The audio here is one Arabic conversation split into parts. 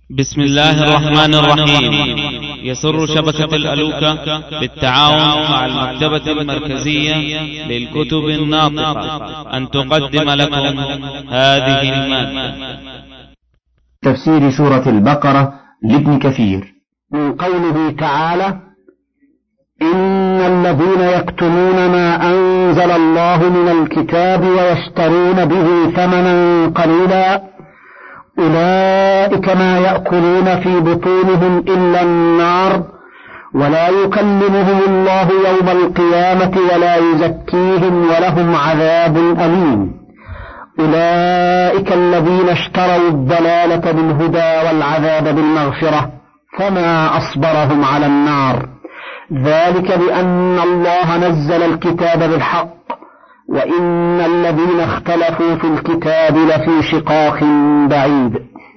بسم الله الرحمن الرحيم. يسر شبكة الألوكة بالتعاون مع المكتبة المركزية للكتب الناطقة أن تقدم لكم هذه المادة. تفسير سورة البقرة لابن كثير من قوله تعالى: إن الذين يكتمون ما أنزل الله من الكتاب ويشترون به ثمنا قليلا أولئك ما يأكلون في بطونهم إلا النار ولا يكلمهم الله يوم القيامة ولا يزكيهم ولهم عذاب أليم. أولئك الذين اشتروا الضلالة بالهدى والعذاب بالمغفرة فما أصبرهم على النار، ذلك بأن الله نزل الكتاب بالحق وإن الذين اختلفوا في الكتاب لفي شقاق بعيد.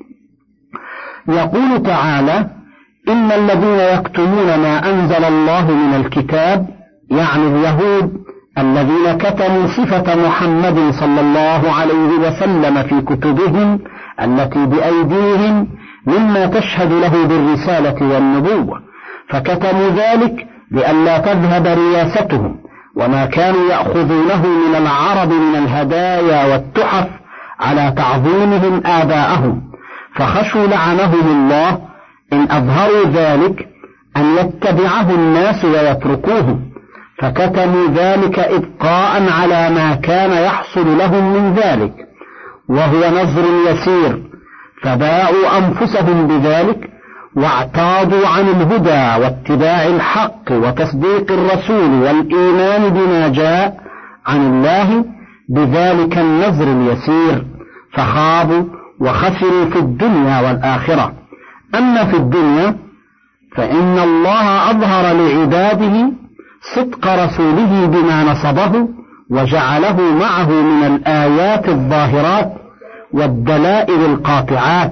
يقول تعالى: إن الذين يكتمون ما أنزل الله من الكتاب، يعني اليهود الذين كتموا صفة محمد صلى الله عليه وسلم في كتبهم التي بأيديهم مما تشهد له بالرسالة والنبوة، فكتموا ذلك لئلا تذهب رياستهم وما كانوا يأخذونه من العرب من الهدايا والتحف على تعظيمهم آباءهم، فخشوا لعنهم الله إن أظهروا ذلك أن يتبعه الناس ويتركوه، فكتموا ذلك إبقاء على ما كان يحصل لهم من ذلك وهو نظر يسير، فباعوا أنفسهم بذلك واعتاضوا عن الهدى واتباع الحق وتصديق الرسول والإيمان بما جاء عن الله بذلك النظر اليسير، فخابوا وخسروا في الدنيا والآخرة. أما في الدنيا فإن الله أظهر لعباده صدق رسوله بما نصبه وجعله معه من الآيات الظاهرات والدلائل القاطعات،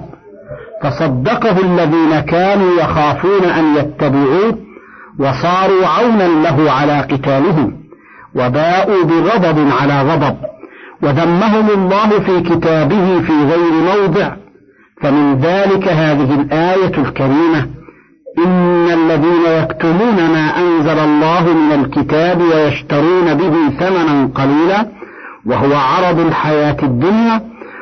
فصدقه الذين كانوا يخافون أن يتبعوه وصاروا عونا له على قتالهم، وباءوا بغضب على غضب، وذمهم الله في كتابه في غير موضع. فمن ذلك هذه الآية الكريمة: إن الذين يكتمون ما أنزل الله من الكتاب ويشترون به ثمنا قليلا وهو عرض الحياة الدنيا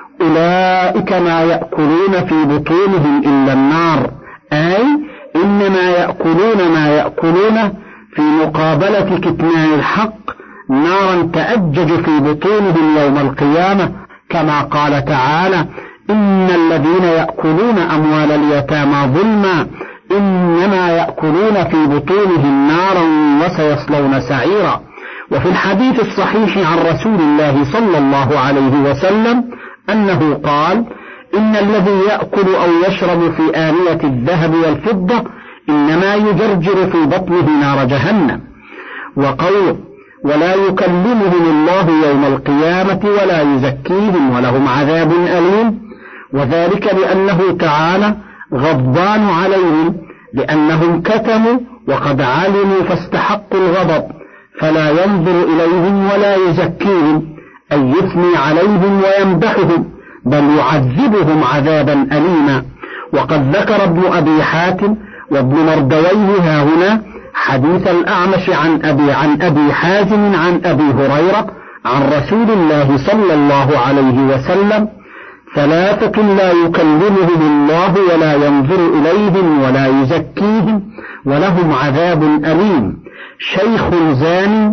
أولئك ما يأكلون في بطونهم إلا النار، أي إنما يأكلون ما يأكلون في مقابلة كتمان الحق نارا تأجج في بطونهم يوم القيامة، كما قال تعالى: إن الذين يأكلون أموال اليتامى ظلما إنما يأكلون في بطونهم نارا وسيصلون سعيرا. وفي الحديث الصحيح عن رسول الله صلى الله عليه وسلم أنه قال: إن الذي يأكل أو يشرب في آنية الذهب والفضة إنما يجرجر في بطنه نار جهنم. وقوله: ولا يكلمهم الله يوم القيامة ولا يزكيهم ولهم عذاب أليم، وذلك لأنه تعالى غضبان عليهم لأنهم كتموا وقد علموا فاستحقوا الغضب، فلا ينظر إليهم ولا يزكيهم أن يثني عليهم ويمدحهم، بل يعذبهم عذابا أليما. وقد ذكر ابن أبي حاتم وابن مردويه هاهنا حديث الأعمش عن أبي حازم عن أبي هريرة عن رسول الله صلى الله عليه وسلم: ثلاثة لا يكلمهم الله ولا ينظر إليهم ولا يزكيهم ولهم عذاب أليم: شيخ زان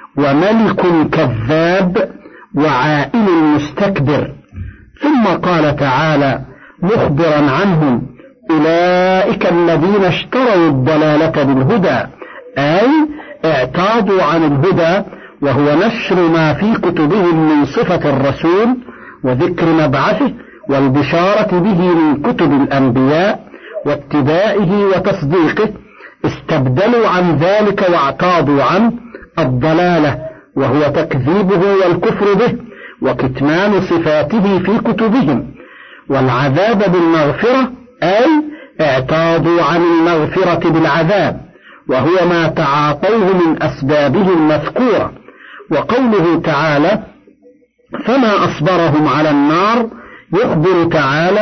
وملك كذاب وعائل مستكبر. ثم قال تعالى مخبرا عنهم: أولئك الذين اشتروا الضلالة بالهدى، أي اعتاضوا عن الهدى وهو نشر ما في كتبهم من صفة الرسول وذكر مبعثه والبشارة به من كتب الأنبياء واتباعه وتصديقه، استبدلوا عن ذلك واعتاضوا عن الضلالة وهو تكذيبه والكفر به وكتمان صفاته في كتبهم، والعذاب بالمغفرة أي اعتاضوا عن المغفرة بالعذاب وهو ما تعاطوه من أسبابه المذكورة. وقوله تعالى: فما أصبرهم على النار، يخبر تعالى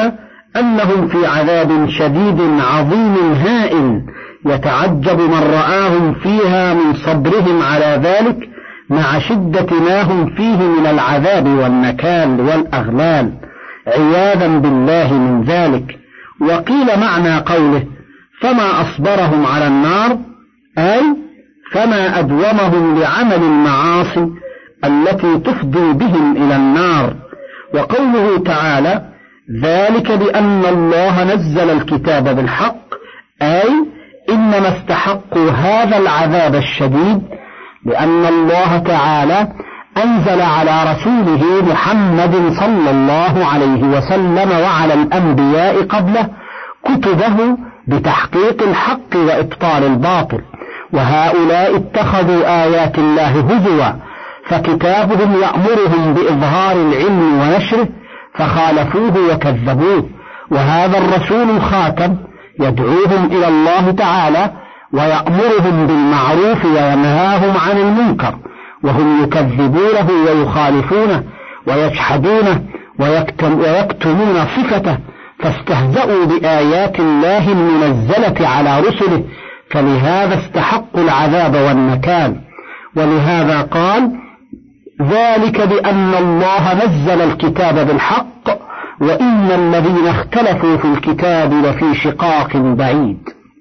أنهم في عذاب شديد عظيم هائل يتعجب من رآهم فيها من صبرهم على ذلك مع شدة ما هم فيه من العذاب والنكال والأغلال عياذا بالله من ذلك. وقيل معنى قوله فما أصبرهم على النار أي فما أدومهم لعمل المعاصي التي تفضي بهم إلى النار. وقوله تعالى ذلك بأن الله نزل الكتاب بالحق أي إنما استحقوا هذا العذاب الشديد لأن الله تعالى أنزل على رسوله محمد صلى الله عليه وسلم وعلى الأنبياء قبله كتبه بتحقيق الحق وإبطال الباطل، وهؤلاء اتخذوا آيات الله هزوا، فكتابهم يأمرهم بإظهار العلم ونشره فخالفوه وكذبوه، وهذا الرسول الخاتم يدعوهم إلى الله تعالى ويأمرهم بالمعروف وينهاهم عن المنكر، وهم يكذبونه ويخالفونه ويجحدونه ويكتمون صفته، فاستهزأوا بآيات الله المنزلة على رسله، فلهذا استحقوا العذاب والنكال. ولهذا قال ذلك بأن الله نزل الكتاب بالحق وإن الذين اختلفوا في الكتاب لفي شقاق بعيد.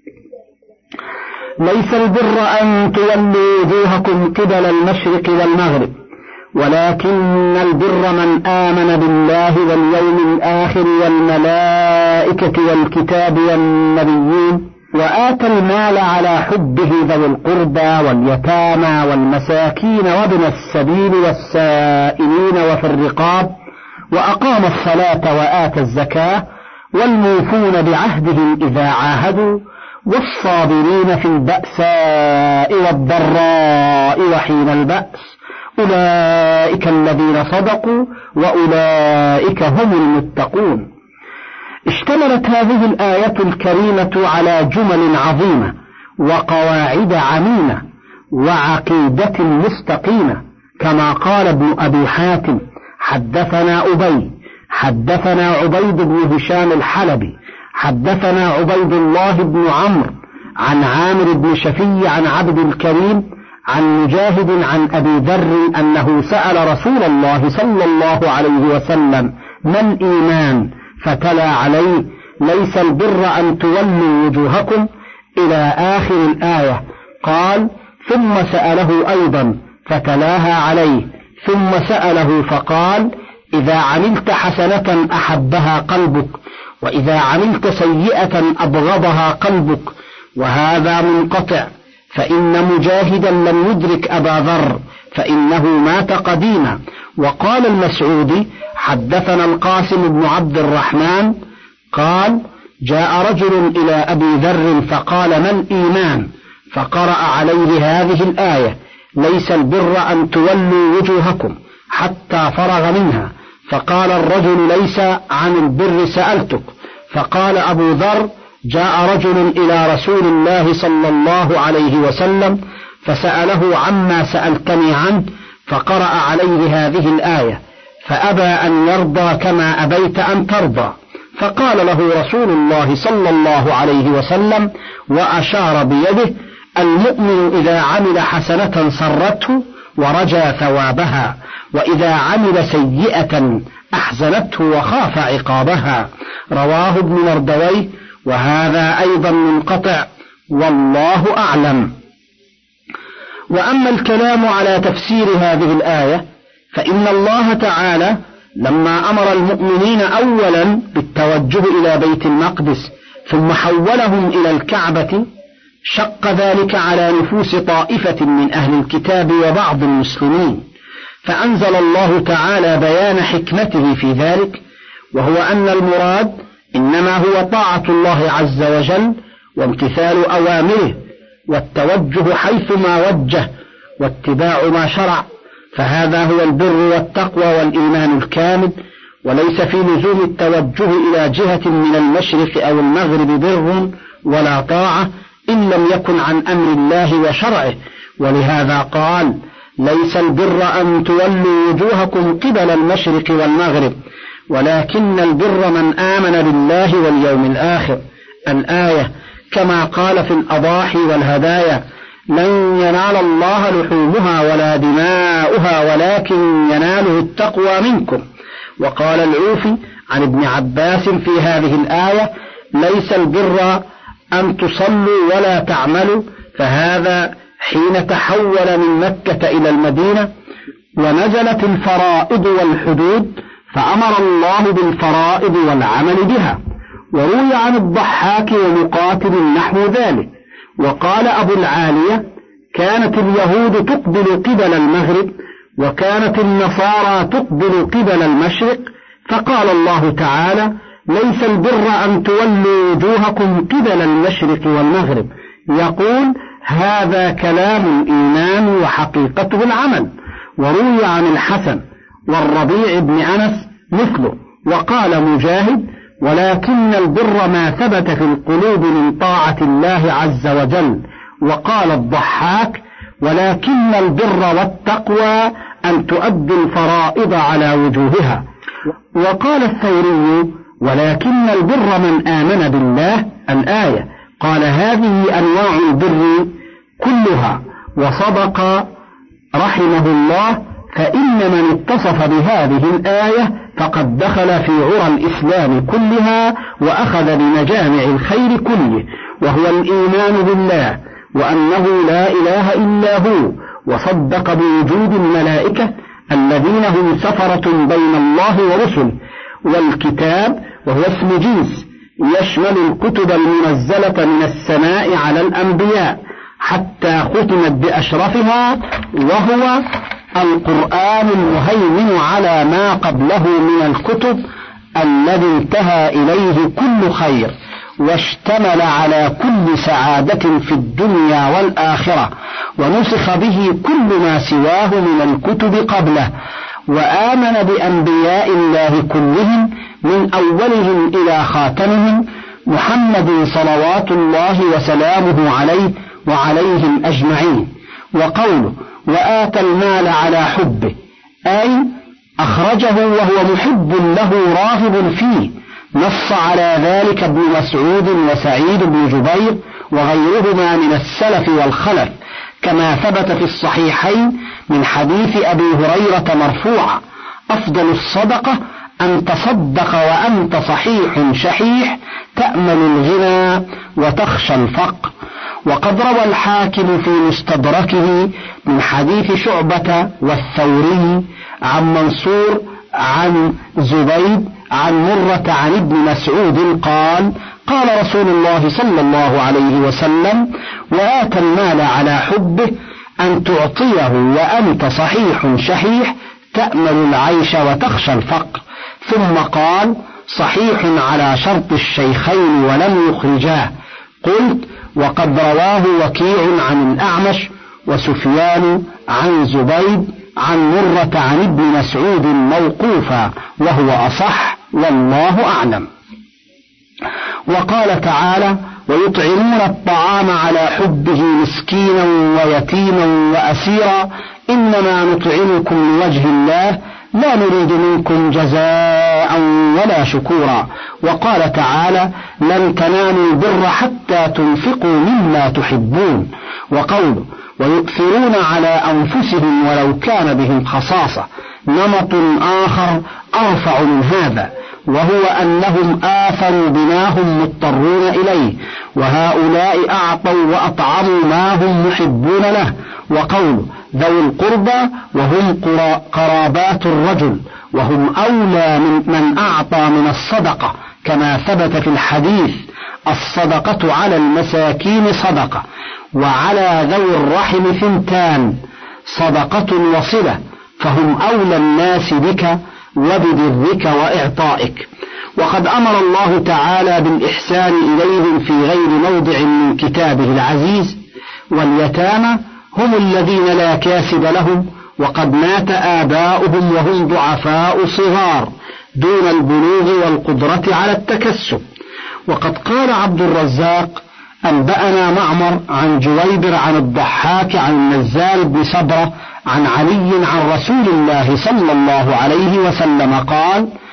ليس البر أن تولوا وجوهكم قبل المشرق والمغرب، ولكن البر من آمن بالله واليوم الآخر والملائكة والكتاب والنبيين وآتى المال على حبه ذوي القربى واليتامى والمساكين وابن السبيل والسائلين وفي الرقاب وأقام الصلاة وآتى الزكاة والموفون بعهدهم إذا عاهدوا والصابرين في البأساء والضراء وحين البأس أولئك الذين صدقوا وأولئك هم المتقون. اشتملت هذه الآية الكريمة على جمل عظيمة وقواعد عميمة وعقيدة مستقيمة، كما قال ابن أبي حاتم حدثنا أبي حدثنا عبيد بن هشام الحلبي حدثنا عبيد الله بن عمرو عن عامر بن شفي عن عبد الكريم عن مجاهد عن أبي ذر أنه سأل رسول الله صلى الله عليه وسلم ما الإيمان؟ فتلا عليه ليس البر أن تولوا وجوهكم إلى آخر الآية. قال ثم سأله أيضا فتلاها عليه، ثم سأله فقال إذا عملت حسنة أحبها قلبك وإذا عملت سيئة أبغضها قلبك، وهذا منقطع، فإن مجاهدا لم يدرك أبا ذر فإنه مات قديما. وقال المسعودي حدثنا القاسم بن عبد الرحمن قال جاء رجل إلى أبي ذر فقال ما الإيمان؟ فقرأ عليه هذه الآية ليس البر أن تولوا وجوهكم حتى فرغ منها. فقال الرجل ليس عن البر سألتك. فقال أبو ذر جاء رجل إلى رسول الله صلى الله عليه وسلم فسأله عما سألتني عنه، فقرأ عليه هذه الآية فأبى أن يرضى كما أبيت أن ترضى. فقال له رسول الله صلى الله عليه وسلم وأشار بيده المؤمن إذا عمل حسنة سرته ورجى ثوابها، وإذا عمل سيئة أحزنته وخاف عقابها. رواه ابن مردويه، وهذا أيضا منقطع والله أعلم. وأما الكلام على تفسير هذه الآية فإن الله تعالى لما أمر المؤمنين أولا بالتوجه إلى بيت المقدس ثم حولهم إلى الكعبة شق ذلك على نفوس طائفة من أهل الكتاب وبعض المسلمين، فأنزل الله تعالى بيان حكمته في ذلك، وهو أن المراد إنما هو طاعة الله عز وجل وامتثال أوامره والتوجه حيثما وجه واتباع ما شرع، فهذا هو البر والتقوى والإيمان الكامل. وليس في لزوم التوجه إلى جهة من المشرق أو المغرب بر ولا طاعة إن لم يكن عن أمر الله وشرعه. ولهذا قال ليس البر أن تولوا وجوهكم قبل المشرق والمغرب، ولكن البر من آمن بالله واليوم الآخر. الآية. كما قال في الأضاحي والهدايا: لن ينال الله لحومها ولا دماؤها ولكن يناله التقوى منكم. وقال العوفي عن ابن عباس في هذه الآية: ليس البر أن تصلوا ولا تعملوا، فهذا حين تحول من مكة إلى المدينة ونزلت الفرائض والحدود فأمر الله بالفرائض والعمل بها. وروي عن الضحاك ومقاتل نحو ذلك. وقال أبو العالية: كانت اليهود تقبل قبل المغرب وكانت النصارى تقبل قبل المشرق، فقال الله تعالى: ليس البر أن تولوا وجوهكم قبل المشرق والمغرب. يقول: هذا كلام الإيمان وحقيقته العمل. وروي عن الحسن والربيع بن أنس مثله. وقال مجاهد: ولكن البر ما ثبت في القلوب من طاعة الله عز وجل. وقال الضحاك: ولكن البر والتقوى أن تؤدي الفرائض على وجوهها. وقال الثوري: ولكن البر من آمن بالله. الآية. قال: هذه أنواع البر كلها. وصدق رحمه الله، فإن من اتصف بهذه الآية فقد دخل في عرى الإسلام كلها وأخذ بمجامع الخير كله، وهو الإيمان بالله وأنه لا إله إلا هو، وصدق بوجود الملائكة الذين هم سفرة بين الله ورسله، والكتاب وهو اسم جنس يشمل الكتب المنزلة من السماء على الأنبياء حتى ختمت بأشرفها، وهو القرآن المهيمن على ما قبله من الكتب الذي انتهى إليه كل خير واشتمل على كل سعادة في الدنيا والآخرة، ونسخ به كل ما سواه من الكتب قبله. وآمن بأنبياء الله كلهم من أولهم إلى خاتمهم محمد صلوات الله وسلامه عليه وعليهم أجمعين. وقوله: وآتى المال على حبه، أي أخرجه وهو محب له راغب فيه. نص على ذلك ابن مسعود وسعيد بن جبير وغيرهما من السلف والخلف، كما ثبت في الصحيحين من حديث أبي هريرة مرفوعا: أفضل الصدقة أن تصدق وأنت صحيح شحيح تأمل الغنى وتخشى الفقر. وقد روى الحاكم في مستدركه من حديث شعبة والثوري عن منصور عن زبيد عن مرة عن ابن مسعود قال: قال رسول الله صلى الله عليه وسلم: وآتى المال على حبه، أن تعطيه وأنت صحيح شحيح تأمل العيش وتخشى الفقر. ثم قال: صحيح على شرط الشيخين ولم يخرجاه. قلت: وقد رواه وكيع عن الأعمش وسفيان عن زبيد عن مرة عن ابن مسعود موقوفا، وهو أصح والله أعلم. وقال تعالى: ويطعمون الطعام على حبه مسكينا ويتيما وأسيرا إنما نطعمكم لوجه الله لا نريد منكم جزاء ولا شكورا. وقال تعالى: لن تنالوا البر حتى تنفقوا مما تحبون. وقوله: ويؤثرون على أنفسهم ولو كان بهم خصاصة، نمط آخر أرفع من هذا، وهو أنهم آثروا بما هم مضطرون إليه، وهؤلاء أعطوا وأطعموا ما هم محبون له. وقوله: ذوي القربى وهم قرابات الرجل، وهم أولى من أعطى من الصدقة، كما ثبت في الحديث: الصدقة على المساكين صدقة، وعلى ذوي الرحم ثنتان، صدقة وصلة، فهم أولى الناس بك وببرك وإعطائك. وقد أمر الله تعالى بالإحسان إليهم في غير موضع من كتابه العزيز. واليتامى هم الذين لا كاسب لهم وقد مات آباؤهم وهم ضعفاء صغار دون البلوغ والقدرة على التكسب. وقد قال عبد الرزاق: أنبأنا معمر عن جويبر عن الضحاك عن النزال بن صبرة عن علي عن رسول الله صلى الله عليه وسلم قال: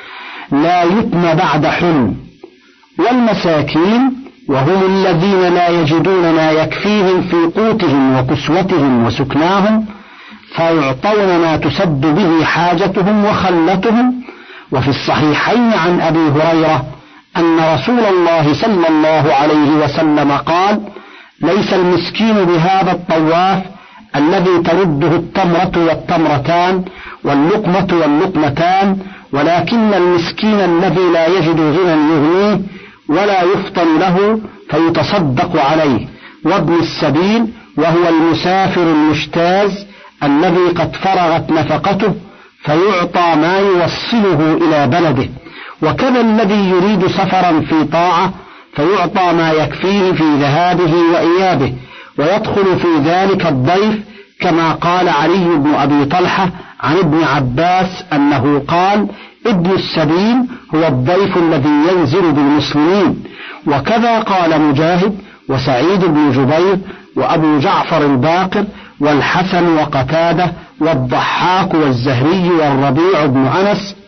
لا يتم بعد حلم. والمساكين وهم الذين لا يجدون ما يكفيهم في قوتهم وكسوتهم وسكناهم، فيعطون ما تسد به حاجتهم وخلتهم. وفي الصحيحين عن أبي هريرة أن رسول الله صلى الله عليه وسلم قال: ليس المسكين بهذا الطواف الذي ترده التمرة والتمرتان واللقمة واللقمتان، ولكن المسكين الذي لا يجد غنى يغنيه ولا يفطن له فيتصدق عليه. وابن السبيل وهو المسافر المجتاز الذي قد فرغت نفقته فيعطى ما يوصله إلى بلده. وكذا الذي يريد سفرا في طاعة فيعطى ما يكفيه في ذهابه وإيابه، ويدخل في ذلك الضيف، كما قال علي بن أبي طلحة عن ابن عباس أنه قال: ابن السبيل هو الضيف الذي ينزل بالمسلمين. وكذا قال مجاهد وسعيد بن جبير وأبو جعفر الباقر والحسن وقتادة والضحاك والزهري والربيع بن أنس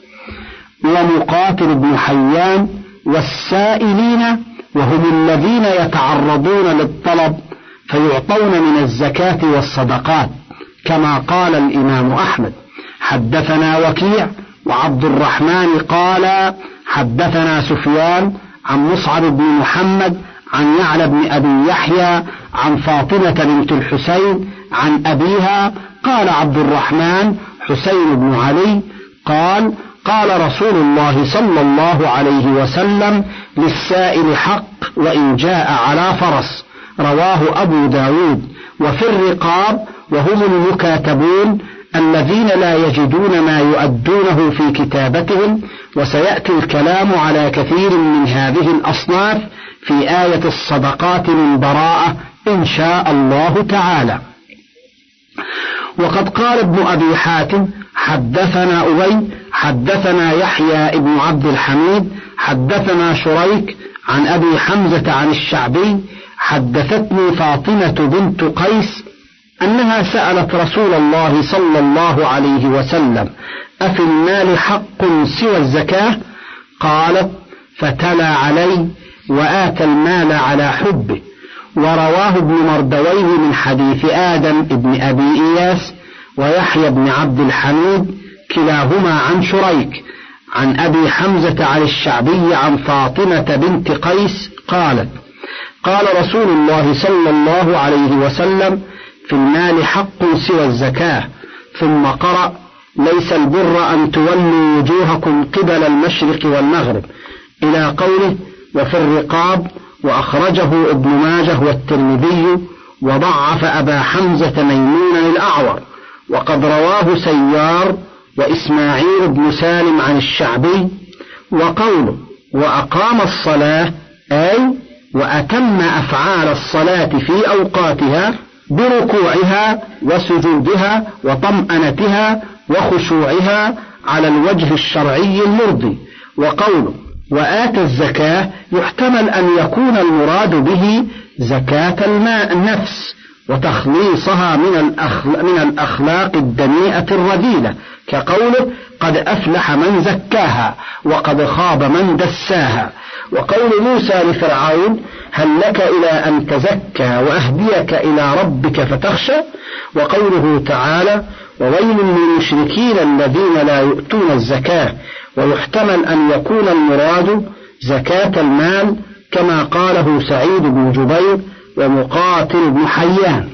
ومقاتل بن حيان والسائلين، وهم الذين يتعرضون للطلب فيعطون من الزكاة والصدقات، كما قال الإمام أحمد. حدثنا وكيع وعبد الرحمن قال حدثنا سفيان عن مصعب بن محمد عن يعلى بن أبي يحيى عن فاطمة بنت الحسين عن أبيها قال عبد الرحمن حسين بن علي قال: قال رسول الله صلى الله عليه وسلم: للسائل حق وإن جاء على فرس. رواه أبو داود. وفي الرقاب وهم المكاتبون الذين لا يجدون ما يؤدونه في كتابتهم، وسيأتي الكلام على كثير من هذه الأصناف في آية الصدقات من براءة إن شاء الله تعالى. وقد قال ابن أبي حاتم حدثنا أبي حدثنا يحيى ابن عبد الحميد حدثنا شريك عن أبي حمزة عن الشعبي حدثتني فاطمة بنت قيس أنها سألت رسول الله صلى الله عليه وسلم: أفي المال حق سوى الزكاة؟ قالت: فتلا علي وآتى المال على حبه. ورواه ابن مردويه من حديث آدم ابن أبي إياس ويحيى بن عبد الحميد كلاهما عن شريك عن أبي حمزة عن الشعبي عن فاطمة بنت قيس قالت: قال رسول الله صلى الله عليه وسلم: في المال حق سوى الزكاة. ثم قرأ: ليس البر أن تولوا وجوهكم قبل المشرق والمغرب إلى قوله: وفي الرقاب. وأخرجه ابن ماجه والترمذي وضعف أبا حمزة ميمونا الأعور. وقد رواه سيار وإسماعيل بن سالم عن الشعبي. وقوله: وأقام الصلاة أي وأتم أفعال الصلاة في أوقاتها بركوعها وسجودها وطمأنتها وخشوعها على الوجه الشرعي المرضي. وقوله: وآتى الزكاة يحتمل أن يكون المراد به زكاة النفس وتخليصها من الأخلاق الدنيئة الرذيلة، كقوله: قد أفلح من زكاها وقد خاب من دساها. وقول موسى لفرعون: هل لك إلى أن تزكى وأهديك إلى ربك فتخشى. وقوله تعالى: وويل للمشركين الذين لا يؤتون الزكاة. ويحتمل أن يكون المراد زكاة المال كما قاله سعيد بن جبير ومقاتل بن حيان.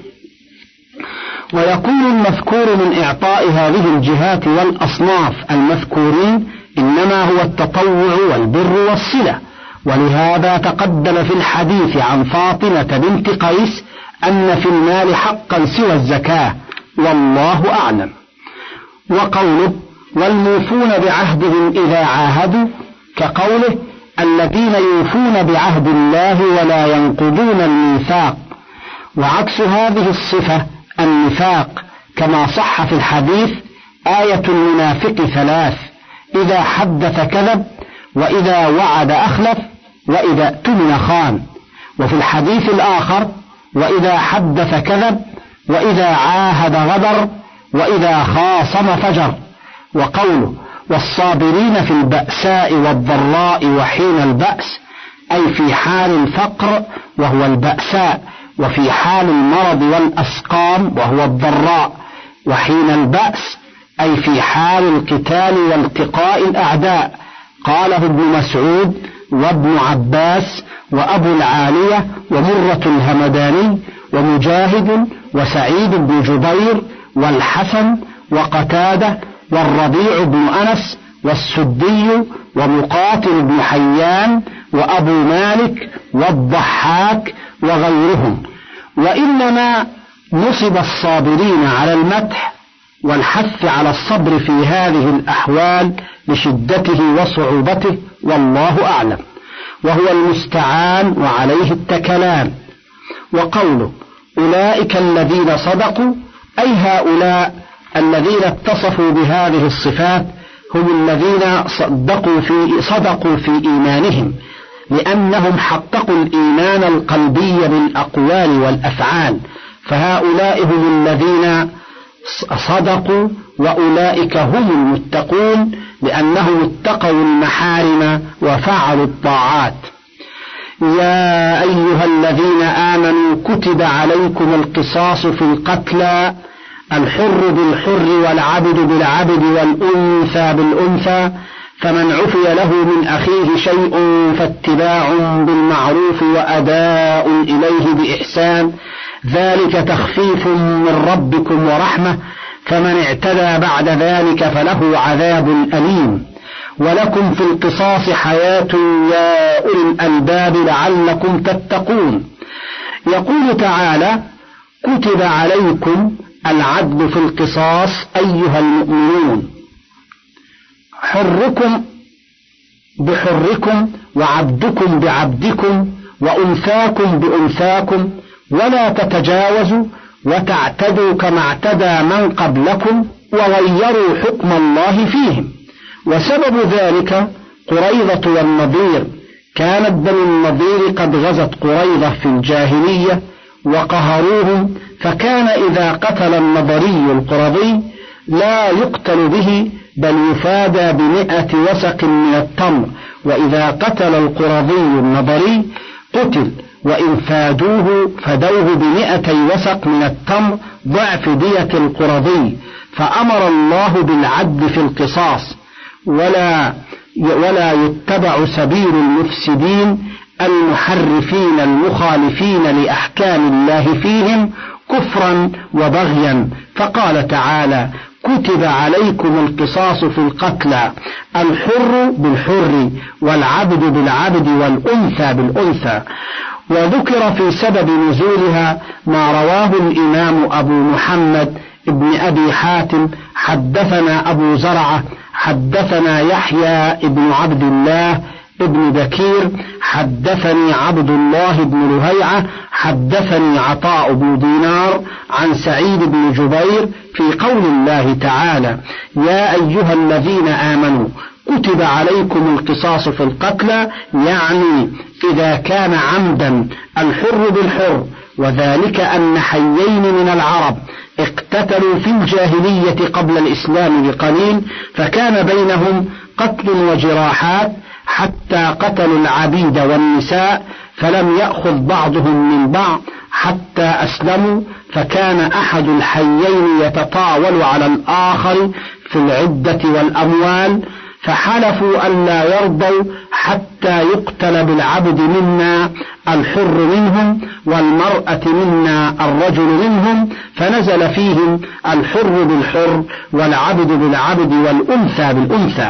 ويكون المذكور من إعطاء هذه الجهات والأصناف المذكورين إنما هو التطوع والبر والصلة. ولهذا تقدم في الحديث عن فاطمة بنت قيس أن في المال حقا سوى الزكاة، والله أعلم. وقوله: والموفون بعهدهم إذا عاهدوا، كقوله: الذين يوفون بعهد الله ولا ينقضون الميثاق. وعكس هذه الصفة النفاق، كما صح في الحديث: آية المنافق ثلاث: إذا حدث كذب، وإذا وعد أخلف، وإذا اؤتمن خان. وفي الحديث الآخر: وإذا حدث كذب، وإذا عاهد غدر، وإذا خاصم فجر. وقوله: والصابرين في البأساء والضراء وحين البأس، أي في حال الفقر وهو البأساء، وفي حال المرض والأسقام وهو الضراء، وحين البأس أي في حال القتال والتقاء الأعداء. قاله ابن مسعود وابن عباس وأبو العالية ومرة الهمداني ومجاهد وسعيد بن جبير والحسن وقتادة والربيع بن أنس والسدي ومقاتل بن حيان وأبو مالك والضحاك وغيرهم. وإنما نصب الصابرين على المدح والحث على الصبر في هذه الأحوال لشدته وصعوبته، والله أعلم، وهو المستعان وعليه التكلان. وقوله أولئك الذين صدقوا، أي هؤلاء الذين اتصفوا بهذه الصفات هم الذين صدقوا في إيمانهم، لأنهم حققوا الإيمان القلبي بالأقوال والأفعال، فهؤلاء هم الذين صدقوا، وأولئك هم المتقون لأنهم اتقوا المحارم وفعلوا الطاعات. يا أيها الذين آمنوا كتب عليكم القصاص في القتلى، الحر بالحر والعبد بالعبد والأنثى بالأنثى، فمن عفي له من أخيه شيء فاتباع بالمعروف وأداء إليه بإحسان، ذلك تخفيف من ربكم ورحمة، فمن اعتدى بعد ذلك فله عذاب أليم. ولكم في القصاص حياة يا أولي الألباب لعلكم تتقون. يقول تعالى: كتب عليكم العدل في القصاص أيها المؤمنون، حركم بحركم وعبدكم بعبدكم وأنثاكم بأنثاكم، ولا تتجاوزوا وتعتدوا كما اعتدى من قبلكم وغيروا حكم الله فيهم. وسبب ذلك قريظة والنضير، كانت بنو النضير قد غزت قريظة في الجاهلية وقهروهم، فكان إذا قتل النضري القرظي لا يقتل به بل يفادى ب100 وسق من التمر، وإذا قتل القرظي النضري قتل، وإن فادوه فدوه ب200 وسق من التمر ضعف دية القرظي. فأمر الله بالعدل في القصاص، ولا يتبع سبيل المفسدين المحرفين المخالفين لأحكام الله فيهم كفرا وبغيا. فقال تعالى: كتب عليكم القصاص في القتلى، الحر بالحر والعبد بالعبد والأنثى بالأنثى. وذكر في سبب نزولها ما رواه الإمام أبو محمد ابن أبي حاتم حدثنا أبو زرعة حدثنا يحيى ابن عبد الله ابن بكير حدثني عبد الله بن لهيعة حدثني عطاء بن دينار عن سعيد بن جبير في قول الله تعالى: يا أيها الذين آمنوا كتب عليكم القصاص في القتلى، يعني إذا كان عمدا الحر بالحر، وذلك أن حيين من العرب اقتتلوا في الجاهلية قبل الإسلام بقليل، فكان بينهم قتل وجراحات حتى قتلوا العبيد والنساء، فلم يأخذ بعضهم من بعض حتى أسلموا، فكان أحد الحيين يتطاول على الآخر في العدة والأموال، فحلفوا ألا يرضوا حتى يقتل بالعبد منا الحر منهم والمرأة منا الرجل منهم، فنزل فيهم الحر بالحر والعبد بالعبد والأنثى بالأنثى.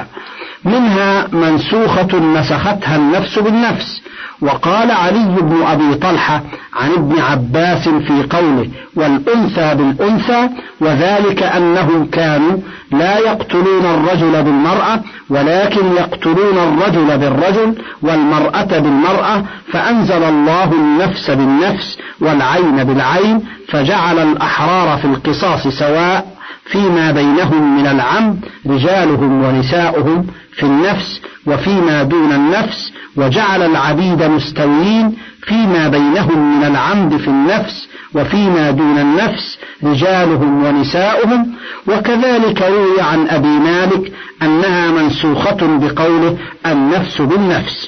منها منسوخة نسختها النفس بالنفس. وقال علي بن أبي طلحة عن ابن عباس في قوله: والأنثى بالأنثى، وذلك أنهم كانوا لا يقتلون الرجل بالمرأة، ولكن يقتلون الرجل بالرجل والمرأة بالمرأة، فأنزل الله النفس بالنفس والعين بالعين، فجعل الأحرار في القصاص سواء فيما بينهم من العمد، رجالهم ونساؤهم في النفس وفيما دون النفس، وجعل العبيد مستويين فيما بينهم من العمد في النفس وفيما دون النفس، رجالهم ونساؤهم. وكذلك روي عن أبي مالك أنها منسوخة بقوله النفس بالنفس.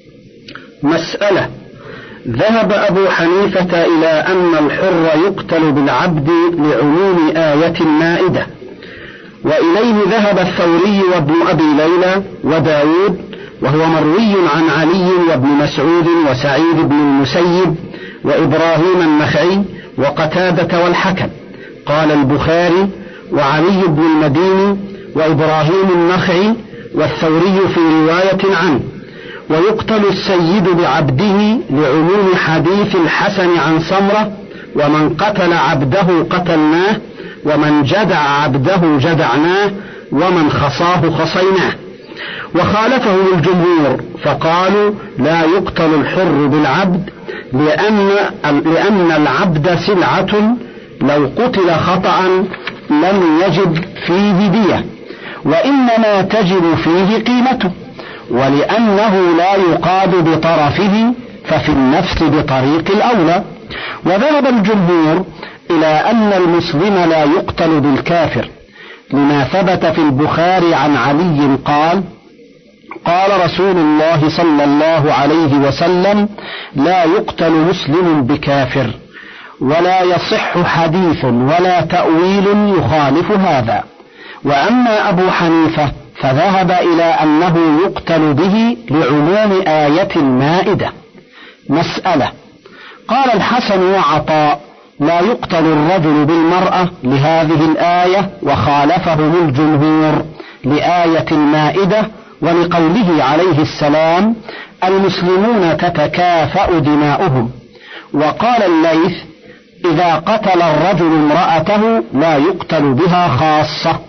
مسألة: ذهب أبو حنيفة إلى أن الحر يقتل بالعبد لعموم آية المائدة، وإليه ذهب الثوري وابن أبي ليلى وداود، وهو مروي عن علي وابن مسعود وسعيد بن المسيب وإبراهيم النخعي وقتادة والحكم. قال البخاري: وعلي بن المديني وإبراهيم النخعي والثوري في رواية عنه: ويقتل السيد بعبده لعموم حديث الحسن عن سمرة: ومن قتل عبده قتلناه، ومن جدع عبده جدعناه، ومن خصاه خصيناه. وخالفهم الجمهور فقالوا: لا يقتل الحر بالعبد لأن العبد سلعة لو قتل خطأ لم يجب فيه دية، وإنما تجب فيه قيمته، ولأنه لا يقاد بطرفه ففي النفس بطريق الأولى. وذهب الجمهور إلى أن المسلم لا يقتل بالكافر، لما ثبت في البخاري عن علي قال: قال رسول الله صلى الله عليه وسلم: لا يقتل مسلم بكافر. ولا يصح حديث ولا تأويل يخالف هذا. وأما أبو حنيفة فذهب إلى أنه يقتل به لعموم آية المائدة. مسألة: قال الحسن وعطاء: لا يقتل الرجل بالمرأة لهذه الآية، وخالفهم الجمهور لآية المائدة ولقوله عليه السلام: المسلمون تتكافأ دماؤهم. وقال الليث: إذا قتل الرجل امرأته لا يقتل بها خاصة.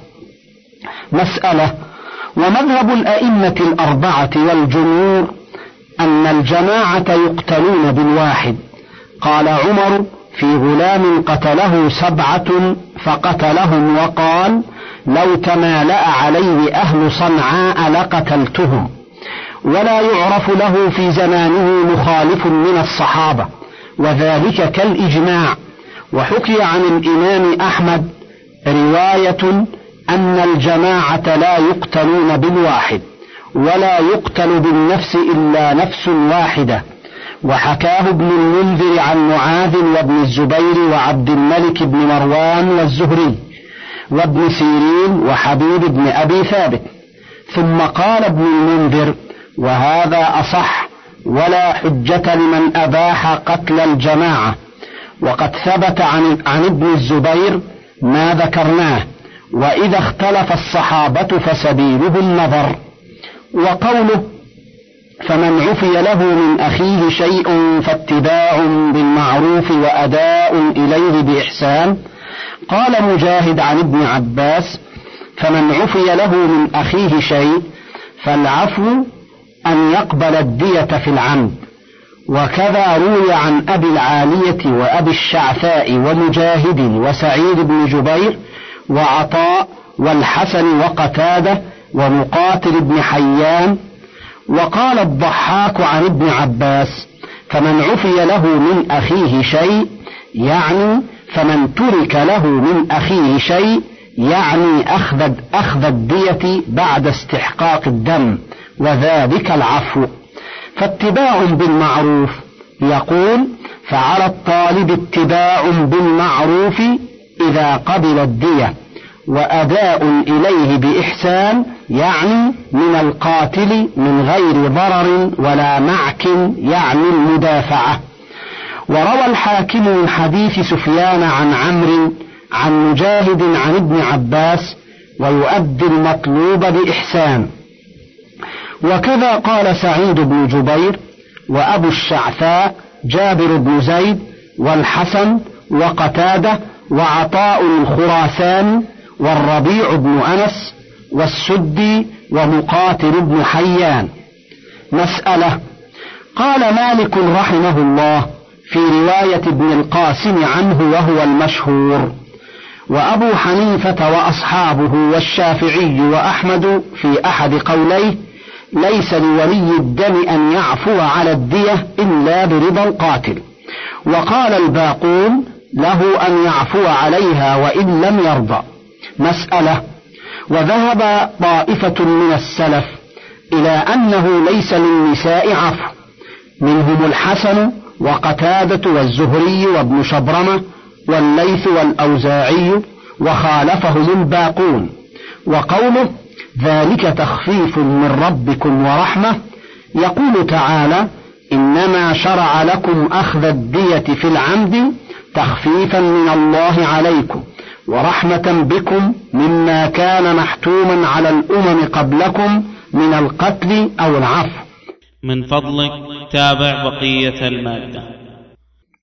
مسألة: ومذهب الأئمة الأربعة والجمهور أن الجماعة يقتلون بالواحد. قال عمر في غلام قتله 7 فقتلهم، وقال: لو تمالأ عليه أهل صنعاء لقتلتهم. ولا يعرف له في زمانه مخالف من الصحابة، وذلك كالإجماع. وحكي عن الإمام أحمد رواية أن الجماعة لا يقتلون بالواحد، ولا يقتل بالنفس إلا نفس واحدة. وحكاه ابن المنذر عن معاذ وابن الزبير وعبد الملك بن مروان والزهري وابن سيرين وحبيب بن أبي ثابت. ثم قال ابن المنذر: وهذا أصح، ولا حجة لمن أباح قتل الجماعة. وقد ثبت عن ابن الزبير ما ذكرناه، وإذا اختلف الصحابة فسبيله النظر. وقوله: فمن عفي له من أخيه شيء فاتباع بالمعروف وأداء إليه بإحسان. قال مجاهد عن ابن عباس: فمن عفي له من أخيه شيء فالعفو أن يقبل الدية في العمد. وكذا روي عن أبي العالية وأبي الشعثاء ومجاهد وسعيد بن جبير وعطاء والحسن وقتادة ومقاتل بن حيان. وقال الضحاك عن ابن عباس: فمن عفي له من أخيه شيء يعني فمن ترك له من أخيه شيء، يعني أخذ الدية بعد استحقاق الدم، وذلك العفو. فاتباع بالمعروف يقول: فعلى الطالب اتباع بالمعروف إذا قبل الدية، وأداء إليه بإحسان يعني من القاتل من غير ضرر ولا معك يعني المدافعة. وروى الحاكم من حديث سفيان عن عمرو عن مجاهد عن ابن عباس: ويؤدي المطلوب بإحسان. وكذا قال سعيد بن جبير وأبو الشعثاء جابر بن زيد والحسن وقتادة وعطاء الخراساني والربيع بن أنس والسدي ومقاتل بن حيان. مسألة: قال مالك رحمه الله في رواية ابن القاسم عنه وهو المشهور: وأبو حنيفة وأصحابه والشافعي وأحمد في أحد قوليه: ليس لولي الدم أن يعفو على الدية إلا برضا القاتل. وقال الباقون: له أن يعفو عليها وإن لم يرضى. مسألة: وذهب طائفة من السلف إلى أنه ليس للنساء عفو، منهم الحسن وقتادة والزهري وابن شبرمة والليث والأوزاعي، وخالفهم الباقون. وقوله ذلك تخفيف من ربكم ورحمة، يقول تعالى: إنما شرع لكم أخذ الدية في العمد تخفيفا من الله عليكم ورحمة بكم مما كان محتوما على الأمم قبلكم من القتل أو العفو. من فضلك تابع بقية المادة.